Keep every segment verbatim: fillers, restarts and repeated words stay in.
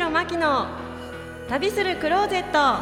村真希の旅するクローゼット。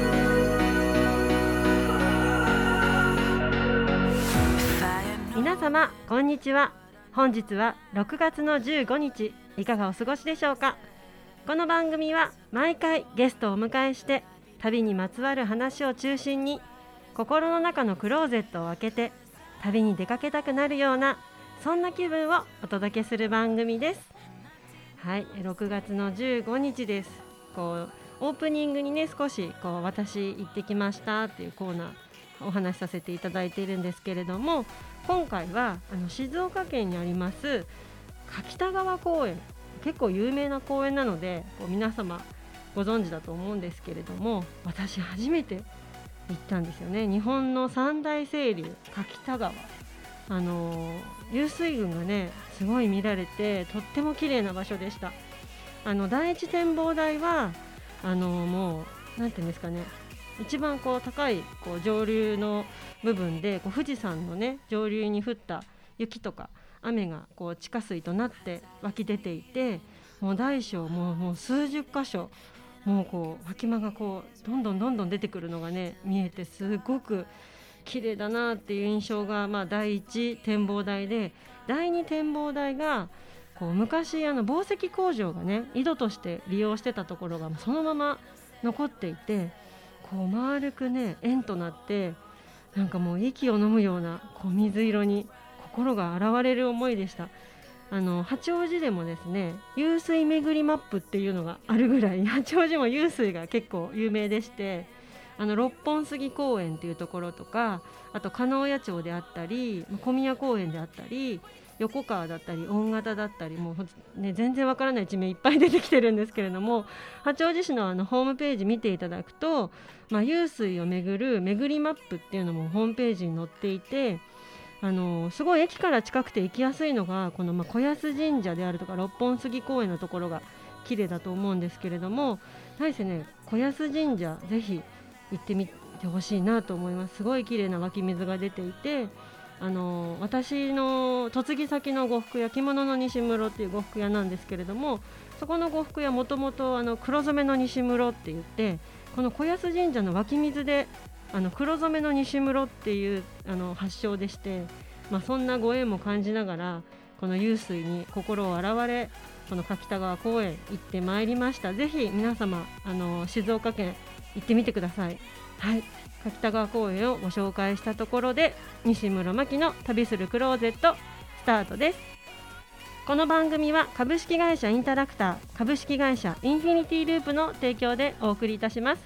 皆様こんにちは。本日はろくがつのじゅうごにち、いかがお過ごしでしょうか。この番組は毎回ゲストをお迎えして旅にまつわる話を中心に心の中のクローゼットを開けて旅に出かけたくなるようなそんな気分をお届けする番組です。はい、ろくがつのじゅうごにちです。こうオープニングにね少しこう私行ってきましたっていうコーナーお話しさせていただいているんですけれども、今回はあの静岡県にあります柿田川公園、結構有名な公園なのでこう皆様ご存知だと思うんですけれども、私初めて行ったんですよね。日本の三大清流柿田川、あの湧水群がねすごい見られてとっても綺麗な場所でした。あの第一展望台はあのもうなんていうんですかね、一番こう高いこう上流の部分でこう富士山のね上流に降った雪とか雨がこう地下水となって湧き出ていて、もう大小もう、もう数十箇所もうこう脇間がこうどんどんどんどん出てくるのがね見えて、すごく綺麗だなっていう印象が、まあ、第一展望台で、第二展望台がこう昔あの紡績工場がね井戸として利用してたところがそのまま残っていて、こう丸くね円となってなんかもう息を飲むようなこう水色に心が洗われる思いでした。あの八王子でもですね湧水巡りマップっていうのがあるぐらい、八王子も湧水が結構有名でして、あの六本杉公園っていうところとか、あと叶谷町であったり小宮公園であったり横川だったり御方だったり、もう、ね、全然わからない地名いっぱい出てきてるんですけれども、八王子市 の, あのホームページ見ていただくと、まあ、湧水を巡る巡りマップっていうのもホームページに載っていて、あのすごい駅から近くて行きやすいのがこの、まあ、小安神社であるとか六本杉公園のところが綺麗だと思うんですけれども、大してね小安神社ぜひ行ってみてほしいなと思います。すごい綺麗な湧き水が出ていて、あの私の嫁ぎ先の呉服屋、着物の西室っていう呉服屋なんですけれども、そこの呉服屋もともと黒染めの西室って言って、この小安神社の湧き水であの黒染めの西室っていうあの発祥でして、まあ、そんなご縁も感じながらこの湧水に心を洗われ、この柿田川公園行ってまいりました。ぜひ皆様あの静岡県行ってみてください。はい、柿田川公園をご紹介したところで、西村真希の旅するクローゼットスタートです。この番組は株式会社インタラクター、株式会社インフィニティループの提供でお送りいたします。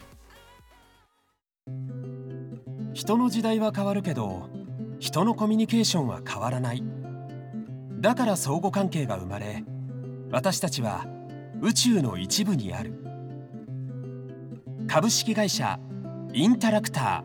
人の時代は変わるけど、人のコミュニケーションは変わらない。だから相互関係が生まれ、私たちは宇宙の一部にある。株式会社インタラクター。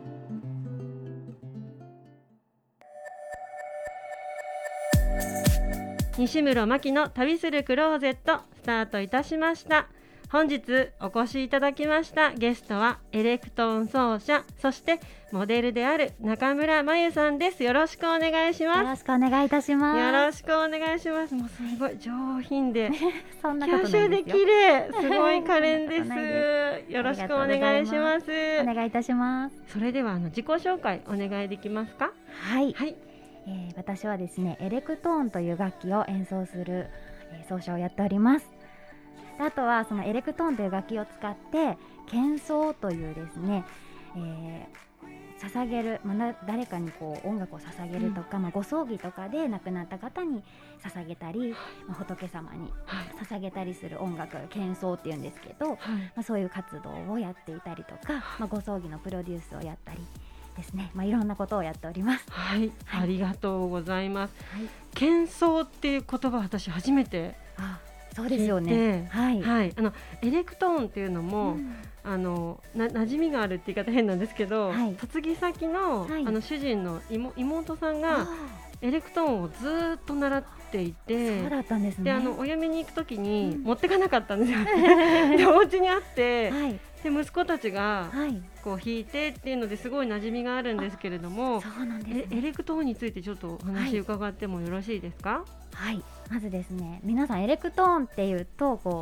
西村真希の旅するクローゼットスタートいたしました。本日お越しいただきましたゲストはエレクトーン奏者、そしてモデルである中村真由さんです。よろしくお願いします。 よろしくお願いいたします。 よろしくお願いします。もうすごい上品でそんなことないですよ。 キャシュで綺麗、すごい可憐ですよろしくお願いします。 お願いいたします。 それではあの自己紹介お願いできますか。 はい、 はい、 えー、私はですねエレクトーンという楽器を演奏する、えー、奏者をやっております。あとはそのエレクトーンという楽器を使って献奏というですね、えー、捧げる、まあ、誰かにこう音楽を捧げるとか、うんまあ、ご葬儀とかで亡くなった方に捧げたり、まあ、仏様に捧げたりする音楽、献奏っていうんですけど、はいまあ、そういう活動をやっていたりとか、まあ、ご葬儀のプロデュースをやったりですね、まあ、いろんなことをやっております。 はい、はい、ありがとうございます。はい、献奏っていう言葉私初めてあそうですよね。 はい、はい、あのエレクトーンっていうのも、うん、あのな馴染みがあるって言い方変なんですけど、はい、嫁ぎ先 の,、はい、あの主人の 妹, 妹さんがエレクトーンをずっと習っていて、 そうだったんですね。 であのお嫁に行くときに持ってかなかったんですよ、うん、でお家にあって、はい、で息子たちがこう弾いてっていうのですごい馴染みがあるんですけれども、 そうなんですね、 エレクトーンについてちょっとお話伺ってもよろしいですか。 はい、はい、まずですね、皆さんエレクトーンっていうとこう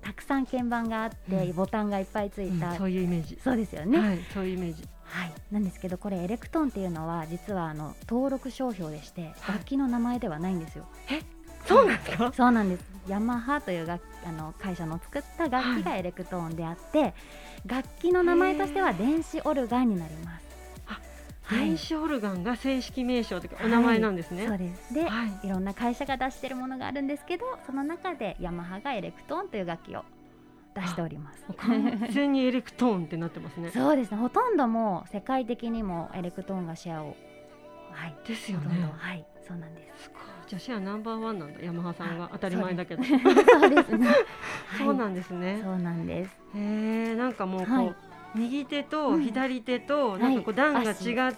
たくさん鍵盤があって、うん、ボタンがいっぱいついた、 うん、そういうイメージ。 そうですよね、 はい、そういうイメージ、 はい、なんですけど、これエレクトーンっていうのは実はあの登録商標でして、楽器の名前ではないんですよ。 え、そうなんですか？ そうなんです。ヤマハという楽あの会社の作った楽器がエレクトーンであって、はい、楽器の名前としては電子オルガンになります。 はい、電子オルガンが正式名称というかお名前なんですね。 はい、そうです。で、 はい、 いろんな会社が出しているものがあるんですけど、その中でヤマハがエレクトーンという楽器を出しております。 完全にエレクトーンってなってますね。 そうですね、ほとんどもう世界的にもエレクトーンがシェアを、はい、 ですよね。 ほとんど、はい、そうなんです。 すごい。じゃあシェアナンバーワンなんだ、ヤマハさんが。当たり前だけど。 そうですね。 そうなんですね。 そうなんです。 へえ、なんかもうこう、はい、右手と左手と、うん、なんかこう段が違って、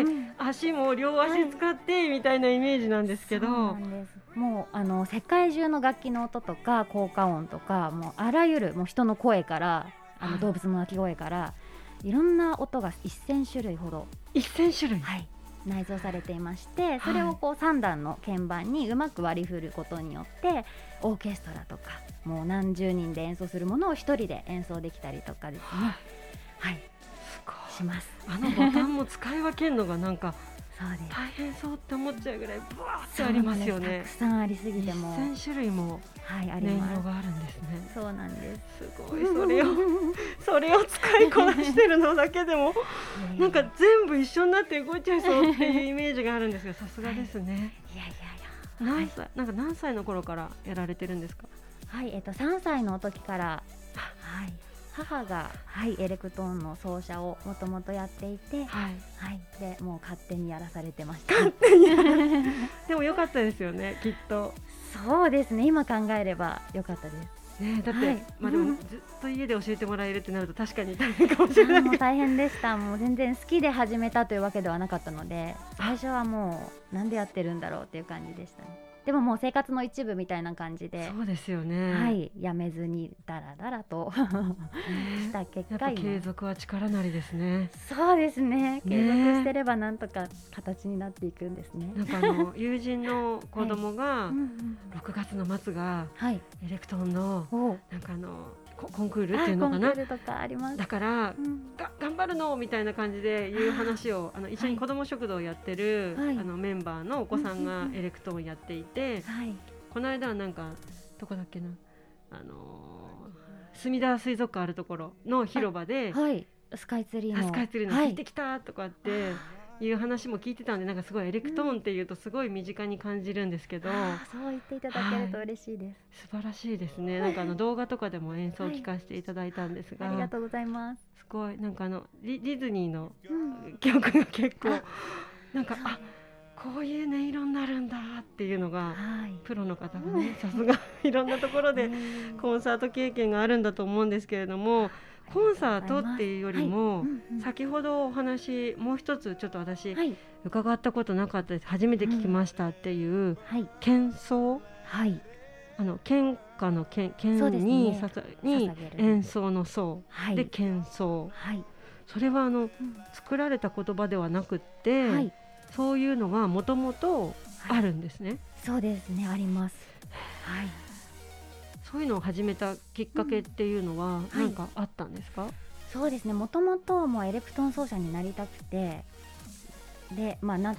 はい、足, 足も両足使って、はい、みたいなイメージなんですけど、 そうなんです。もうあの世界中の楽器の音とか効果音とか、もうあらゆるもう人の声からあの動物の鳴き声から、はい、いろんな音がせん種類ほどせん種類、 はい、内蔵されていまして、それをこうさんだんの鍵盤にうまく割り振ることによってオーケストラとかもう何十人で演奏するものを一人で演奏できたりとかですね、はい、 すごいします。 あのボタンも使い分けるのがなんかそうです、 大変そうって思っちゃうぐらいブワーってありますよね。 たくさんありすぎてもせん種類もはい、あ音ります。 色があるんですね。 そうなんです。 すごい。それをそれを使いこなしてるのだけでもなんか全部一緒になって動いちゃいそうっていうイメージがあるんですが、さすがですね。 いやいやいや、 何歳、はい、なんか何歳の頃からやられてるんですか？ はい、えっとさんさいの時から、はい、母が、はい、エレクトーンの奏者をもともとやっていて、はいはい、でもう勝手にやらされてました。 勝手にやらでも良かったですよね、きっと。 そうですね、今考えれば良かったです、 ね、だって、はい、まあ、でもずっと家で教えてもらえるってなると確かに大変かもしれない。 もう大変でした。もう全然好きで始めたというわけではなかったので、最初はもうなんでやってるんだろうっていう感じでしたね。でももう生活の一部みたいな感じで、 そうですよね、 はい、やめずにだらだらとした結果、 やっぱ継続は力なりですね。 そうですね、継続してればなんとか形になっていくんですね。 なんかあの友人の子供が、はい、ろくがつの末が、はい、エレクトーンのなんかあのコンクールっていうのかな、 コンクールとかあります。 だから、うん、が頑張るのみたいな感じでいう話を、あの一緒に子ども食堂をやってる、はい、あのメンバーのお子さんがエレクトーンやっていて、はい、この間はなんかどこだっけな、あのー、隅田水族館あるところの広場で、 はい、スカイツリーのスカイツリーの行ってきたとかっていう話も聞いてたんで、なんかすごいエレクトーンっていうとすごい身近に感じるんですけど、うん、 そう言っていただけると嬉しいです、 はい、素晴らしいですね。なんかあの動画とかでも演奏を聞かせていただいたんですが、 はい、ありがとうございます。 すごいなんかあのディズニーの曲が結構、うん、なんかあこういう音色になるんだっていうのが、はい、プロの方がね、さすがいろんなところでコンサート経験があるんだと思うんですけれども、コンサートっていうよりも、はい、うんうん、先ほどお話もう一つちょっと私、はい、伺ったことなかったです、初めて聞きましたっていう、うん、はい、献奏、はい、あの献花の献に、ね、に演奏の奏、はい、で献奏、はい、それはあの、うん、作られた言葉ではなくって、はい、そういうのがもともとあるんですね、はい、 そうですね、あります、はい、 そういうのを始めたきっかけっていうのは何かあったんですか？ はい、そうですね、もともともうエレクトーン奏者になりたくて、で、まあ、なって、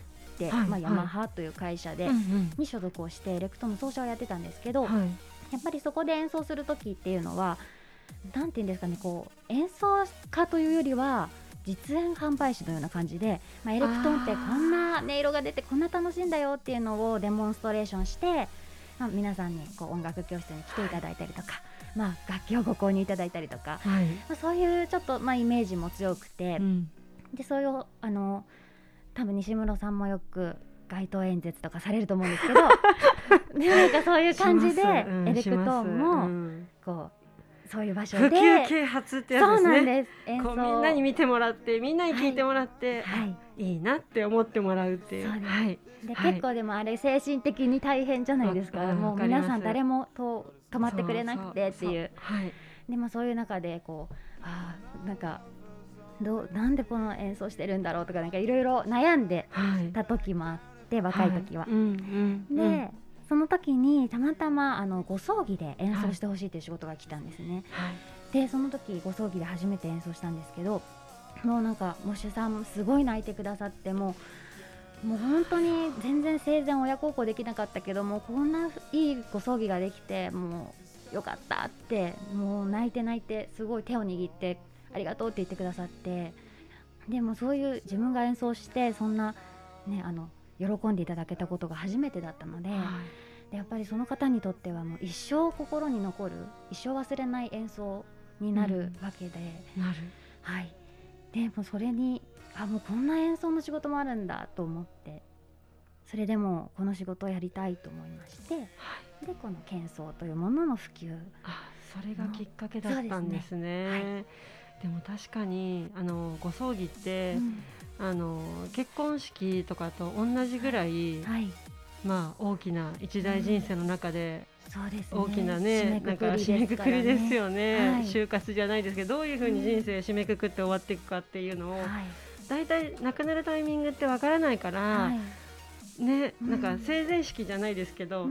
はい、まあ、ヤマハという会社で、はい、に所属をしてエレクトーンの奏者をやってたんですけど、はい、やっぱりそこで演奏する時っていうのはなんていうんですかね、こう演奏家というよりは実演販売士のような感じで、まあ、エレクトーンってこんな音色が出てこんな楽しいんだよっていうのをデモンストレーションして、まあ、皆さんにこう音楽教室に来ていただいたりとか、はい、まあ、楽器をご購入いただいたりとか、はい、まあ、そういうちょっと、まあ、イメージも強くて、うん、でそういうあの多分西室さんもよく街頭演説とかされると思うんですけどでなんかそういう感じで、うん、エレクトーンも、うん、こうそういう場所で普及啓発ってやつですね。 そうなんです。演奏こうみんなに見てもらってみんなに聞いてもらって、はいはい、いいなって思ってもらうっていう。そうです、はい、 で結構でもあれ精神的に大変じゃないですか、はい、もう皆さん誰もと止まってくれなくてっていう、はい、でもそういう中でこうあなんかどうなんでこの演奏してるんだろうとかなんかいろいろ悩んでた時もあって、はい、若い時は、はい、うんうん、でその時にたまたまあのご葬儀で演奏してほしいという仕事が来たんですね、 はい、 でその時ご葬儀で初めて演奏したんですけど、もうなんか喪主さんすごい泣いてくださって、もうもう本当に全然生前親孝行できなかったけども、こんないいご葬儀ができてもうよかったって、もう泣いて泣いてすごい手を握ってありがとうって言ってくださって、でもそういう自分が演奏してそんなね、あの喜んでいただけたことが初めてだったので、はい、でやっぱりその方にとってはもう一生心に残る、一生忘れない演奏になるわけで、 うん、なる、 はい、でもそれにあもうこんな演奏の仕事もあるんだと思って、それでもこの仕事をやりたいと思いまして、はい、でこの剣奏というものの普及、 あそれがきっかけだったんですね。で、ね、はい、でも確かにあのご葬儀って、うんあの結婚式とかと同じぐらい、はい、まあ、大きな一大人生の中で、うん、そうですね、大きなね、なんか締めくくりですよね、はい、就活じゃないですけど、どういうふうに人生締めくくって終わっていくかっていうのを、はい、だいたい亡くなるタイミングってわからないから、はいね、なんか成人式じゃないですけど、うん、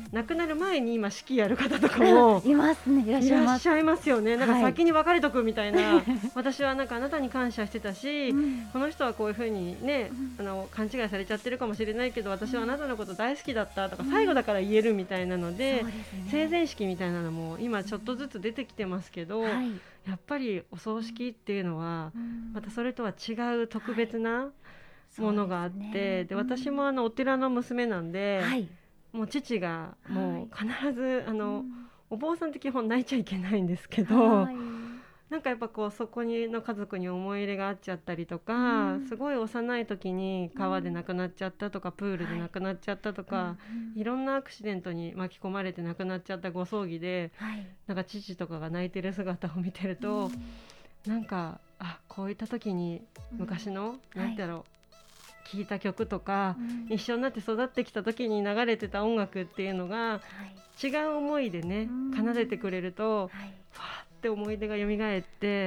亡くなる前に今式やる方とかもいますね、いらっしゃいます、いらっしゃいますよね。なんか先に別れとくみたいな、はい、私はなんかあなたに感謝してたし、うん、この人はこういう風にね、うん、あの勘違いされちゃってるかもしれないけど、私はあなたのこと大好きだったとか、うん、最後だから言えるみたいなので、うん、成人式みたいなのも今ちょっとずつ出てきてますけど、はい、やっぱりお葬式っていうのはまたそれとは違う特別な、はいものがあって、で、ね、で私もあのお寺の娘なんで、はい、もう父がもう必ず、はい、あの、うん、お坊さんって基本泣いちゃいけないんですけど、はい、なんかやっぱこうそこにの家族に思い入れがあっちゃったりとか、うん、すごい幼い時に川で亡くなっちゃったとか、うん、プールで亡くなっちゃったとか、はい、いろんなアクシデントに巻き込まれて亡くなっちゃったご葬儀で、はい、なんか父とかが泣いてる姿を見てると、うん、なんかあこういった時に昔の、うん、なんてだろう、はい聴いた曲とか、うん、一緒になって育ってきた時に流れてた音楽っていうのが、はい、違う思いでね、うん、奏でてくれると、はい、ファーって思い出が蘇って、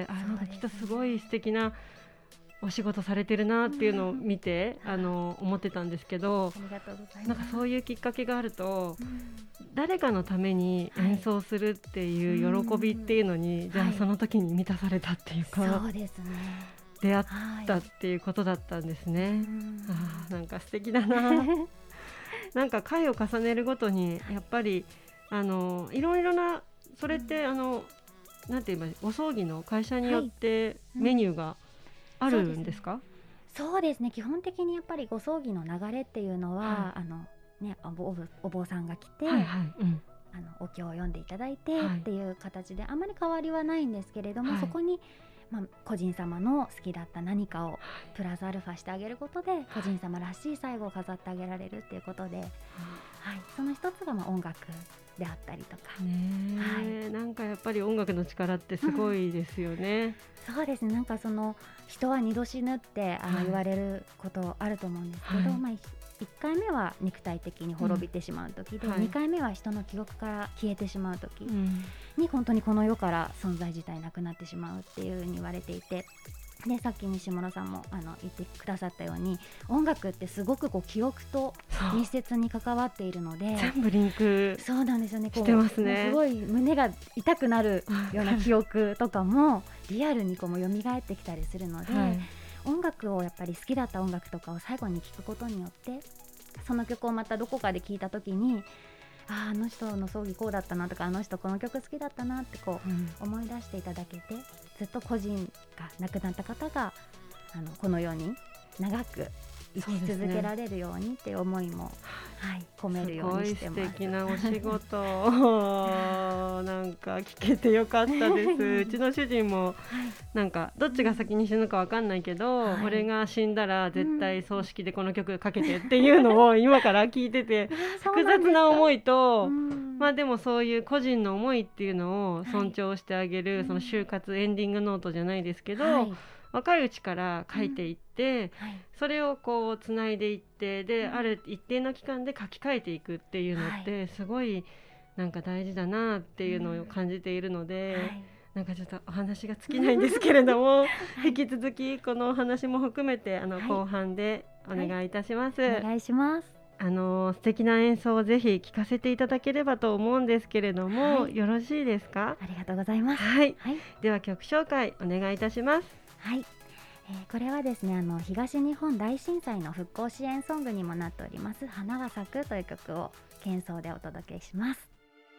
あのきっとすごい素敵なお仕事されてるなっていうのを見て、うん、あの思ってたんですけど、 ありがとうございます。 なんかそういうきっかけがあると、うん、誰かのために演奏するっていう喜びっていうのに、はい、じゃあその時に満たされたっていうか、 はい、そうですね、 出会ったっていうことだったんですね、はい、あなんか素敵だななんか回を重ねるごとにやっぱりあのいろいろなそれってあのなんて言えばお葬儀の会社によってメニューがあるんですか？はいうん、 そうですね、そうですね、基本的にやっぱりご葬儀の流れっていうのは、はい、あのね、お坊、お坊さんが来て、はいはいうん、あのお経を読んでいただいてっていう形で、はい、あまり変わりはないんですけれども、はい、そこにまあ、個人様の好きだった何かをプラスアルファしてあげることで、はい、個人様らしい最後を飾ってあげられるっていうことで、はいはい、その一つがまあ音楽であったりとか、 ねはい、なんかやっぱり音楽の力ってすごいですよね、 うん、そうですね、なんかその人は二度死ぬってあの、はい、言われることあると思うんですけど、はいまあ、いっかいめは肉体的に滅びてしまう時で、うんはい、にかいめは人の記憶から消えてしまう時に本当にこの世から存在自体なくなってしまうっていう風に言われていて、でさっき西村さんもあの言ってくださったように、音楽ってすごくこう記憶と密接に関わっているので、 全部リンクそうなんですよね、こうしてますね。 すごい胸が痛くなるような記憶とかもリアルにこうも蘇ってきたりするので、はい、音楽をやっぱり好きだった音楽とかを最後に聴くことによって、その曲をまたどこかで聴いた時に、あ, あの人の葬儀こうだったなとか、あの人この曲好きだったなってこう、うん、思い出していただけて、ずっと個人が亡くなった方があのこの世に長く生き続けられるようにっていう思いも、はい、込めるようにしてます。 すごい素敵なお仕事なんか聞けてよかったですうちの主人も、はい、なんかどっちが先に死ぬか分かんないけど、はい、俺が死んだら絶対葬式でこの曲かけてっていうのを今から聞いてて複雑な思いと、まあでもそういう個人の思いっていうのを尊重してあげる、はい、その就活エンディングノートじゃないですけど、はい、若いうちから書いていって、うんはい、それをこうつないでいってで、うん、ある一定の期間で書き換えていくっていうのってすごいなんか大事だなっていうのを感じているので、うんはい、なんかちょっとお話が尽きないんですけれども、はい、引き続きこのお話も含めてあの後半でお願いいたします、 はいはい、お願いします。 あの素敵な演奏をぜひ聴かせていただければと思うんですけれども、はい、よろしいですか？ ありがとうございます。 はい、はい、では曲紹介お願いいたします。 はい、えー、これはですね、あの東日本大震災の復興支援ソングにもなっております花が咲くという曲を鍵奏でお届けします。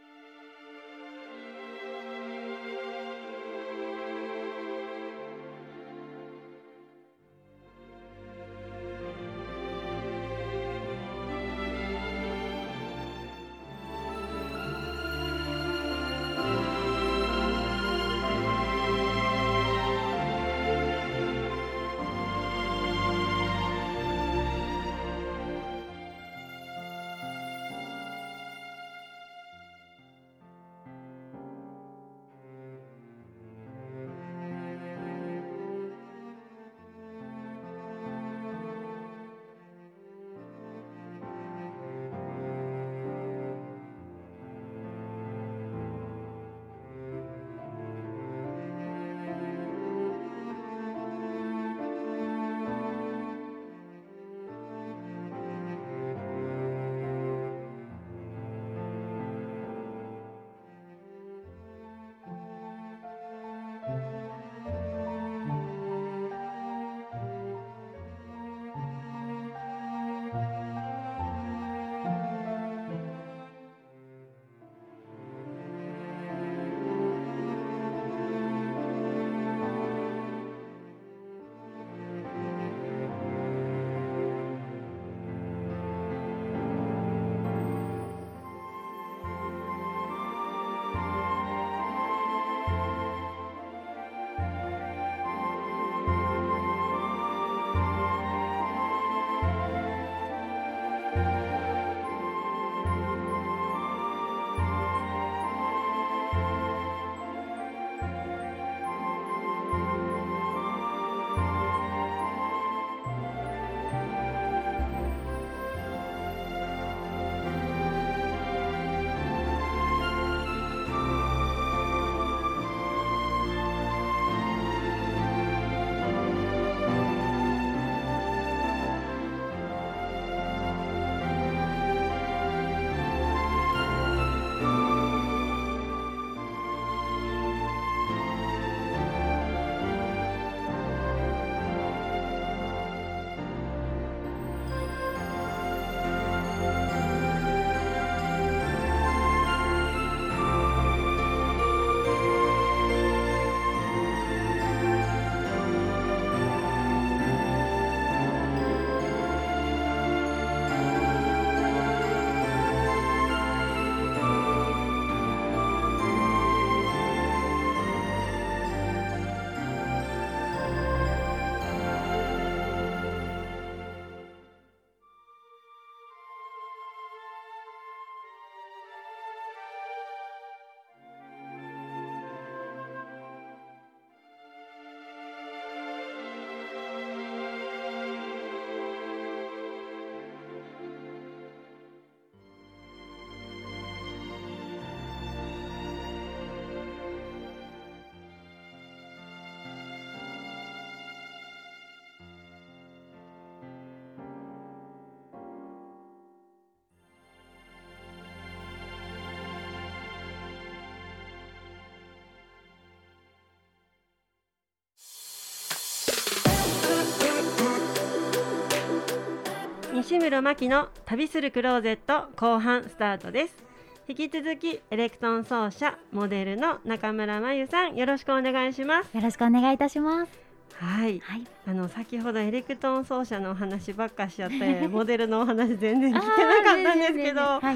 西村真希の旅するクローゼット後半スタートです。引き続きエレクトーン奏者モデルの中村真由さん、よろしくお願いします。 よろしくお願いいたします。 はい、はい、あの先ほどエレクトーン奏者のお話ばっかしちゃってモデルのお話全然聞けなかったんですけど、はい、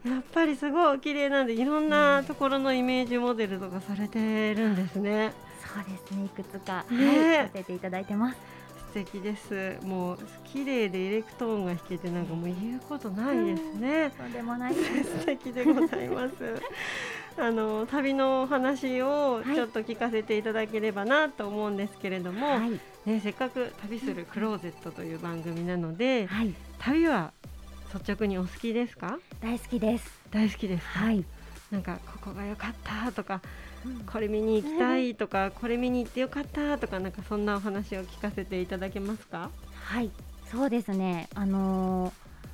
やっぱりすごいお綺麗なんで、いろんなところのイメージモデルとかされてるんですね。 そうですね、いくつか、ね、はい、させていただいてます。 素敵です。もう綺麗でエレクトーンが弾けて、なんかもう言うことないですね。 とんでもないです。 素敵でございます。あの旅のお話をちょっと聞かせていただければなと思うんですけれども、はい、ね、せっかく旅するクローゼットという番組なので、はい、旅は率直にお好きですか？ 大好きです。 大好きですか？はい、なんかここが良かったとか、うん、これ見に行きたいとか、これ見に行って良かったとか、なんかそんなお話を聞かせていただけますか？ はい、そうですね、あのー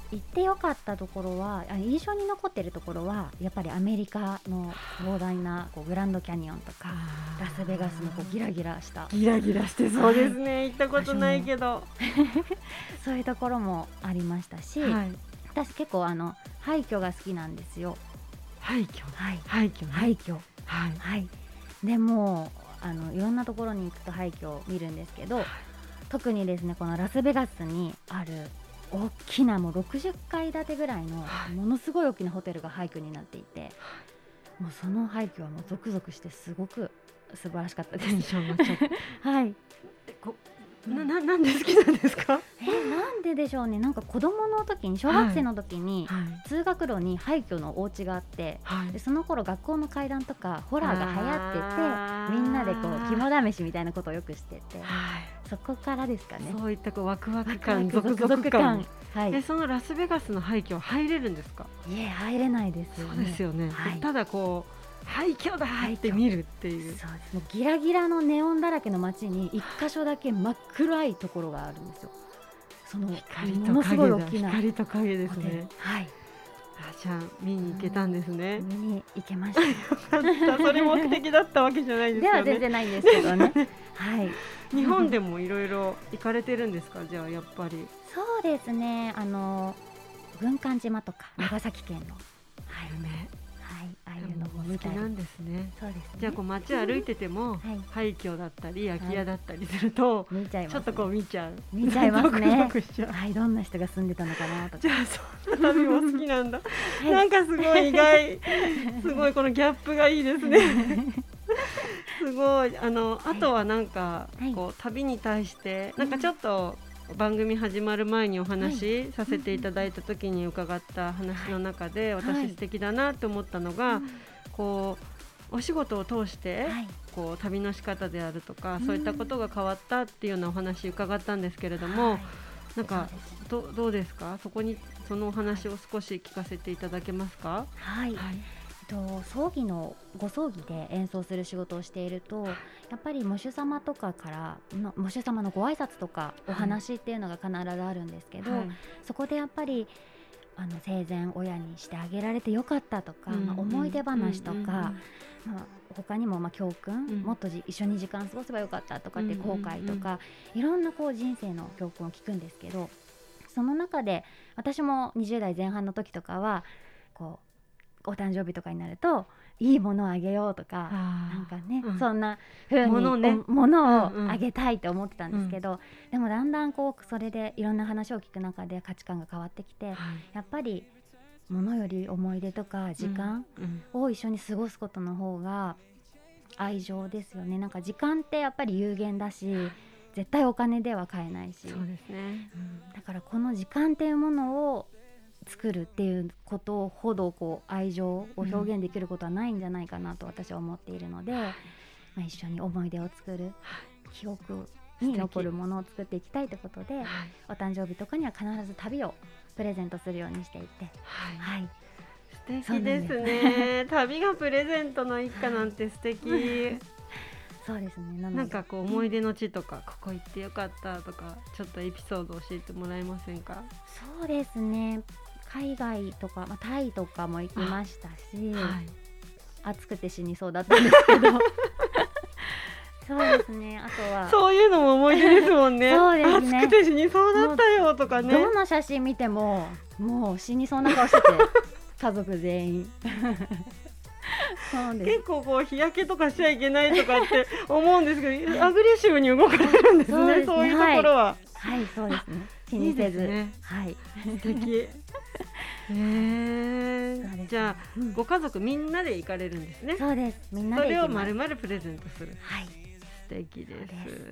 行ってよかったところは、あ印象に残ってるところはやっぱりアメリカの広大なこうグランドキャニオンとかラスベガスのこうギラギラしたギラギラしてそうですね、はい、行ったことないけどそういうところもありましたし、はい、私結構あの廃墟が好きなんですよ。 廃墟、 はい、 廃墟、ね、 廃墟、 はいはい、でもあのいろんなところに行くと廃墟を見るんですけど、はい、特にですねこのラスベガスにある大きなもうろくじゅっかい建てぐらいのものすごい大きなホテルが廃墟になっていて、もうその廃墟はもうゾクゾクしてすごく素晴らしかったです。 テンションがちょっとはいこな, な, なんで好きなんですか？ えなんででしょうね。なんか子供の時に小学生の時に、はい、通学路に廃墟のお家があって、はい、でその頃学校の階段とかホラーが流行っててみんなでこう肝試しみたいなことをよくしてて、はい、そこからですかね。 そういったこうワクワク感ゾクゾク感、 はい、 でそのラスベガスの廃墟は入れるんですか？ いえ入れないですよね。 そうですよね、はい、ただこう廃墟だって見るっていう、 そうです。もうギラギラのネオンだらけの街に一箇所だけ真っ暗いところがあるんですよ。その光と影だ、光と影ですね。 はい。 あ、じゃあ見に行けたんですね。 見に行けました。よかった。それ目的だったわけじゃないですよね。 では全然ないんですけどね。はい。 日本でもいろいろ行かれてるんですか？じゃあやっぱり。 そうですね。あの軍艦島とか長崎県の。 はい。ね。 はい、ああいうのも好きなんですね。 そうですね。 じゃあこう街歩いてても、はい、廃墟だったり空き家だったりすると、はい、 見ちゃいますね、 ちょっとこう見ちゃう見ちゃいますね。 ゾクゾクしちゃう。 はい、どんな人が住んでたのかなとか。 じゃあそんな旅も好きなんだ。はい、なんかすごい意外、すごいこのギャップがいいですね。すごい。あの、はい、あとはなんかこう、はい、旅に対してなんかちょっと、うん、番組始まる前にお話しさせていただいた時に伺った話の中で、はい、私素敵だなと思ったのが、はい、こうお仕事を通して、はい、こう旅の仕方であるとか、うん、そういったことが変わったっていうようなお話伺ったんですけれども、はい、なんか ど, どうですか？そこにそのお話を少し聞かせていただけますか？ はい、はい、と葬儀のご葬儀で演奏する仕事をしていると、やっぱり喪主様とかからの喪主様のご挨拶とかお話っていうのが必ずあるんですけど、はい、そこでやっぱりあの生前親にしてあげられてよかったとか、うんうん、まあ、思い出話とか、うんうん、まあ、他にもまあ教訓、うん、もっとじ一緒に時間過ごせばよかったとかって後悔とか、うんうん、いろんなこう人生の教訓を聞くんですけど、その中で私もにじゅうだいぜん半の時とかはこうお誕生日とかになるといいものをあげようとか、なんかね、うん、そんな風に物、ね、物をあげたいと思ってたんですけど、うんうん、でもだんだんこうそれでいろんな話を聞く中で価値観が変わってきて、はい、やっぱり物より思い出とか時間を一緒に過ごすことの方が愛情ですよね。なんか時間ってやっぱり有限だし、絶対お金では買えないし、 そうですね、 うん、だからこの時間っていうものを作るっていうことほどこう愛情を表現できることはないんじゃないかなと私は思っているので、うん、まあ、一緒に思い出を作る、記憶に残るものを作っていきたいということで、はい、お誕生日とかには必ず旅をプレゼントするようにしていて、 はいはい、素敵ですね。旅がプレゼントの一家なんて素敵。 そうですね。なのでなんかこう思い出の地とか、うん、ここ行ってよかったとか、ちょっとエピソード教えてもらえませんか？ そうですね、海外とか、まあ、タイとかも行きましたし、はい、暑くて死にそうだったんですけどそうですね。あとはそういうのも思い出ですもんね。 そうですね、 暑くて死にそうだったよとかね。 どの写真見てももう死にそうな顔してて家族全員そうです。 結構こう日焼けとかしちゃいけないとかって思うんですけど、はい、アグレッシブに動かれるんですね。そうですね、そういうところは。 はい、はい、そうですね。気にせず。いいですね、はい。 素敵。えー、じゃあ、うん、ご家族みんなで行かれるんですね。 そうです。みんなで行きます。 それをまるまるプレゼントする。 はい。 素敵です。です、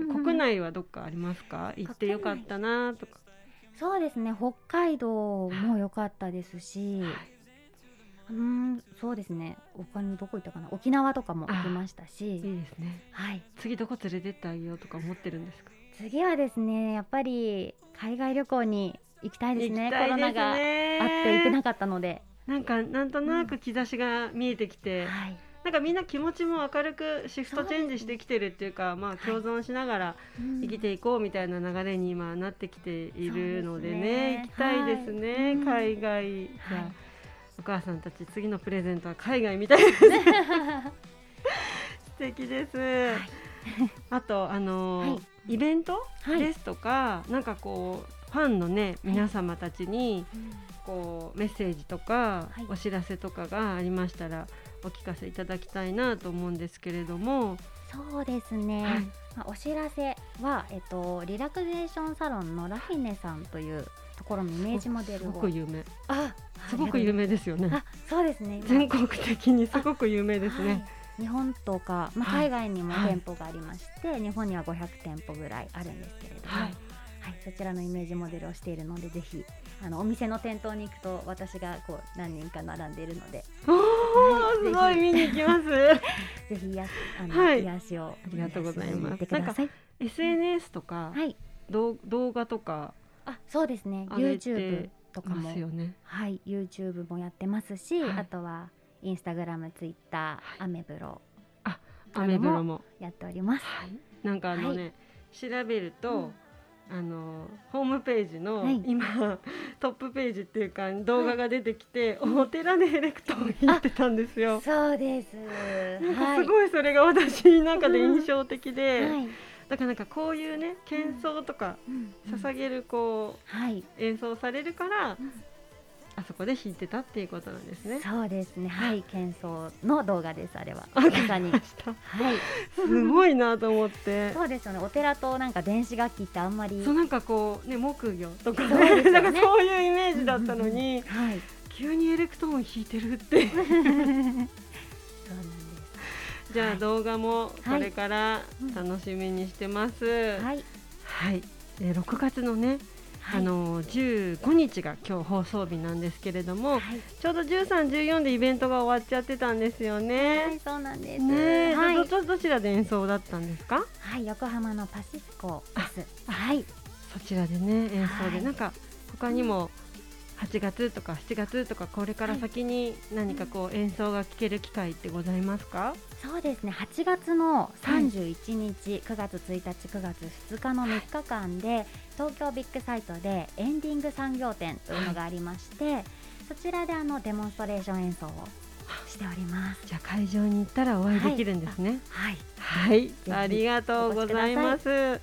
国内はどっかありますか？行ってよかったなとか。 そうですね。北海道も良かったですし。はい、うーん、そうですね。他にどこ行ったかな。沖縄とかも行きましたし。 いいですね。 はい。 次どこ連れてってあげようとか思ってるんですか？ 次はですね、やっぱり海外旅行に行きたいですね。コロナがあって行けなかったので。 なんかなんとなく兆しが見えてきて、うん、はい、 なんかみんな気持ちも明るくシフトチェンジしてきてるっていうか、まあ共存しながら生きていこうみたいな流れに今なってきているのでね、行きたいですね、はい、海外、じゃあお母さんたち次のプレゼントは海外みたいです素敵です、はい、あとあのーはい、イベントですとか、なんかこうファンのね皆様たちにこうメッセージとかお知らせとかがありましたらお聞かせいただきたいなと思うんですけれども。 そうですね、はい、まあ、お知らせは、えっと、リラクゼーションサロンのラフィネさんというところのイメージモデルをすごく有名、 あ、 すごく有名ですよね。 あ、そうですね、 全国的にすごく有名ですね、はい、 日本とか、まあ、海外にも店舗がありまして、はい、日本にはごひゃくてんぽぐらいあるんですけれども、はいはい、そちらのイメージモデルをしているので、ぜひあのお店の店頭に行くと私がこう何人か並んでいるので、 おー、すごい見に行きますぜひやあの、はい、癒しをありがとうございます。 なんかエスエヌエス とか、うん、はい、動画とか、 あ、そうですね、 YouTube とかもますよね、 はい、YouTube もやってますし、はい、あとはインスタグラム、ツイッター、アメブロ、 あ、アメブロもやっております、 はい、なんかあのね、はい、調べると、うん、あのホームページの、はい、今トップページっていうか動画が出てきて、はい、お寺でエレクトーン弾いてたんですよ。 そうです、 なんかすごいそれが私の中で印象的で、はい、だからなんかこういうね喧騒とか捧げるこう、はい、演奏されるから、うん、あそこで弾いてたっていうことなんですね。 そうですね、はい、喧騒の動画です、あれは。まさに、はい、 すごいなと思って。 そうですよね、お寺となんか電子楽器ってあんまり、 そう、なんかこうね、木魚とか、ね、ね、なんかそういうイメージだったのに、うんうん、はい、急にエレクトーン弾いてるってそうなんです。じゃあ、はい、動画もこれから楽しみにしてます。はい、はい、でろくがつのね、はい、あのじゅうごにちが今日放送日なんですけれども、はい、ちょうどじゅうさん、じゅうよんでイベントが終わっちゃってたんですよね。 はい、そうなんです、 ね、 はい、 ど, どちらで演奏だったんですか？ はい、横浜のパシフィコです。はい、 そちらでね演奏で、はい、なんか他にもはちがつとかしちがつとかこれから先に何かこう演奏が聴ける機会ってございますか？ そうですね、はちがつのさんじゅういちにち、はい、くがつついたち、くがつふつかのみっかかんで東京ビッグサイトでエンディング産業展というのがありまして、はい、そちらであのデモンストレーション演奏をしております。 じゃあ会場に行ったらお会いできるんですね。 はい、 はい、はい、ありがとうございます。はい、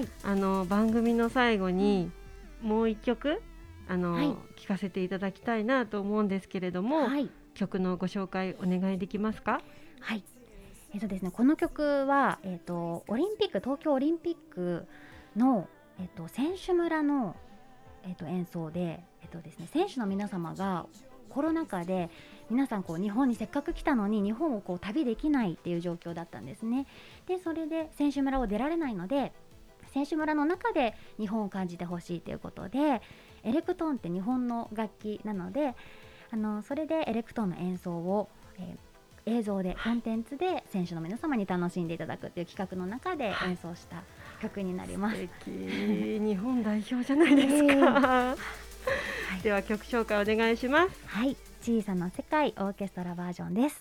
あの番組の最後にもう一曲あの、はい、聞かせていただきたいなと思うんですけれども、はい、曲のご紹介お願いできますか？ はい、えーとですね、この曲は、えーと、オリンピック東京オリンピックの、えーと、選手村の、えーと、演奏で、えーとですね、選手の皆様がコロナ禍で皆さんこう日本にせっかく来たのに日本をこう旅できないっていう状況だったんですね。でそれで選手村を出られないので選手村の中で日本を感じてほしいということで、エレクトーンって日本の楽器なので、あのそれでエレクトーンの演奏を、えー、映像でコンテンツで選手の皆様に楽しんでいただくという企画の中で演奏した曲になります。 素敵日本代表じゃないですか、えーはい、では曲紹介お願いします。 はい、小さな世界オーケストラバージョンです。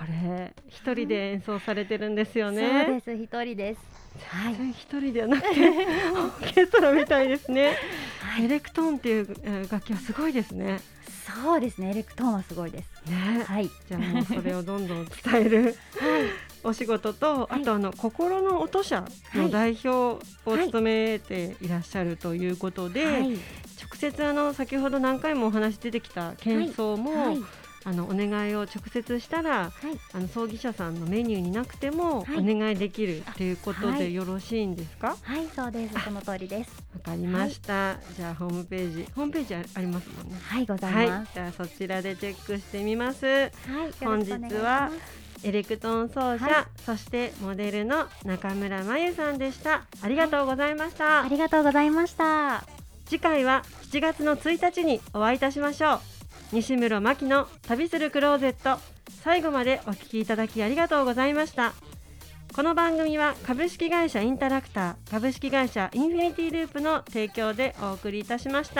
れ一人で演奏されてるんですよね。 そうです、一人です。はい、 一人ではなくてオーケストラみたいですね。はい、エレクトーンっていう楽器はすごいですね。 そうですね、エレクトーンはすごいですね。 はい、 じゃあもうそれをどんどん伝える、はい、お仕事と、あとあの、はい、心の音社の代表を務めていらっしゃるということで、はいはい、直接あの先ほど何回もお話出てきた喧奏も、はいはい、あのお願いを直接したら、はい、あの葬儀社さんのメニューになくてもお願いできるということでよろしいんですか？ はい、はい、そうです。その通りです。 わかりました、はい、じゃあホームページホームページ あ, ありますもんね。 はい、ございます、 はい、じゃあそちらでチェックしてみます。はい、本日はエレクトーン奏者、はい、そしてモデルの中村真由さんでした。ありがとうございました。はい、 ありがとうございました。 次回はしちがつのついたちにお会いいたしましょう。西室真希の旅するクローゼット、最後までお聞きいただきありがとうございました。この番組は株式会社インタラクター、株式会社インフィニティループの提供でお送りいたしました。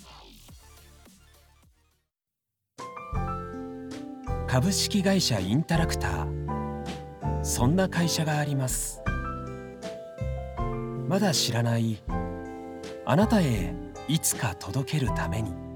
株式会社インタラクター、そんな会社があります。まだ知らないあなたへいつか届けるために。